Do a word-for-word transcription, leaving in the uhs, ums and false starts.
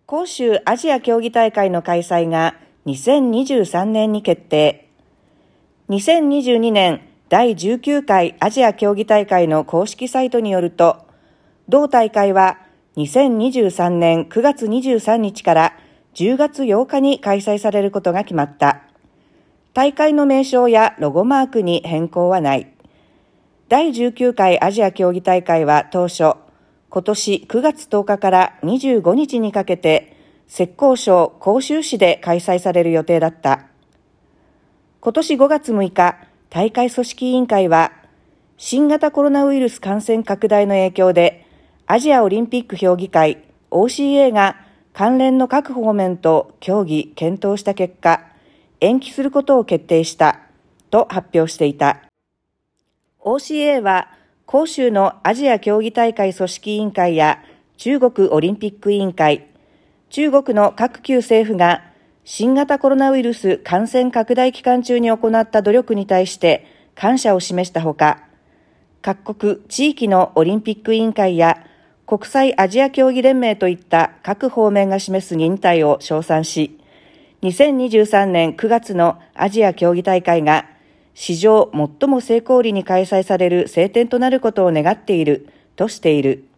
杭州アジア競技大会の開催がにせんにじゅうさんねんに決定。にせんにじゅうにねんだいじゅうきゅうかいアジア競技大会の公式サイトによると、同大会はにせんにじゅうさんねんくがつにじゅうさんにちからじゅうがつようかに開催されることが決まった。大会の名称やロゴマークに変更はない。だいじゅうきゅうかいアジア競技大会は当初、今年くがつとおかからにじゅうごにちにかけて、浙江省杭州市で開催される予定だった。今年ごがつむいか、大会組織委員会は、新型コロナウイルス感染拡大の影響で、アジアオリンピック評議会 オーシーエー が関連の各方面と協議・検討した結果、延期することを決定したと発表していた。オーシーエー は、杭州のアジア競技大会組織委員会や中国オリンピック委員会、中国の各級政府が新型コロナウイルス感染拡大期間中に行った努力に対して感謝を示したほか、各国地域のオリンピック委員会や国際アジア競技連盟といった各方面が示す忍耐を称賛し、にせんにじゅうさんねんくがつのアジア競技大会が史上最も成功裏に開催される晴天となることを願っているとしている。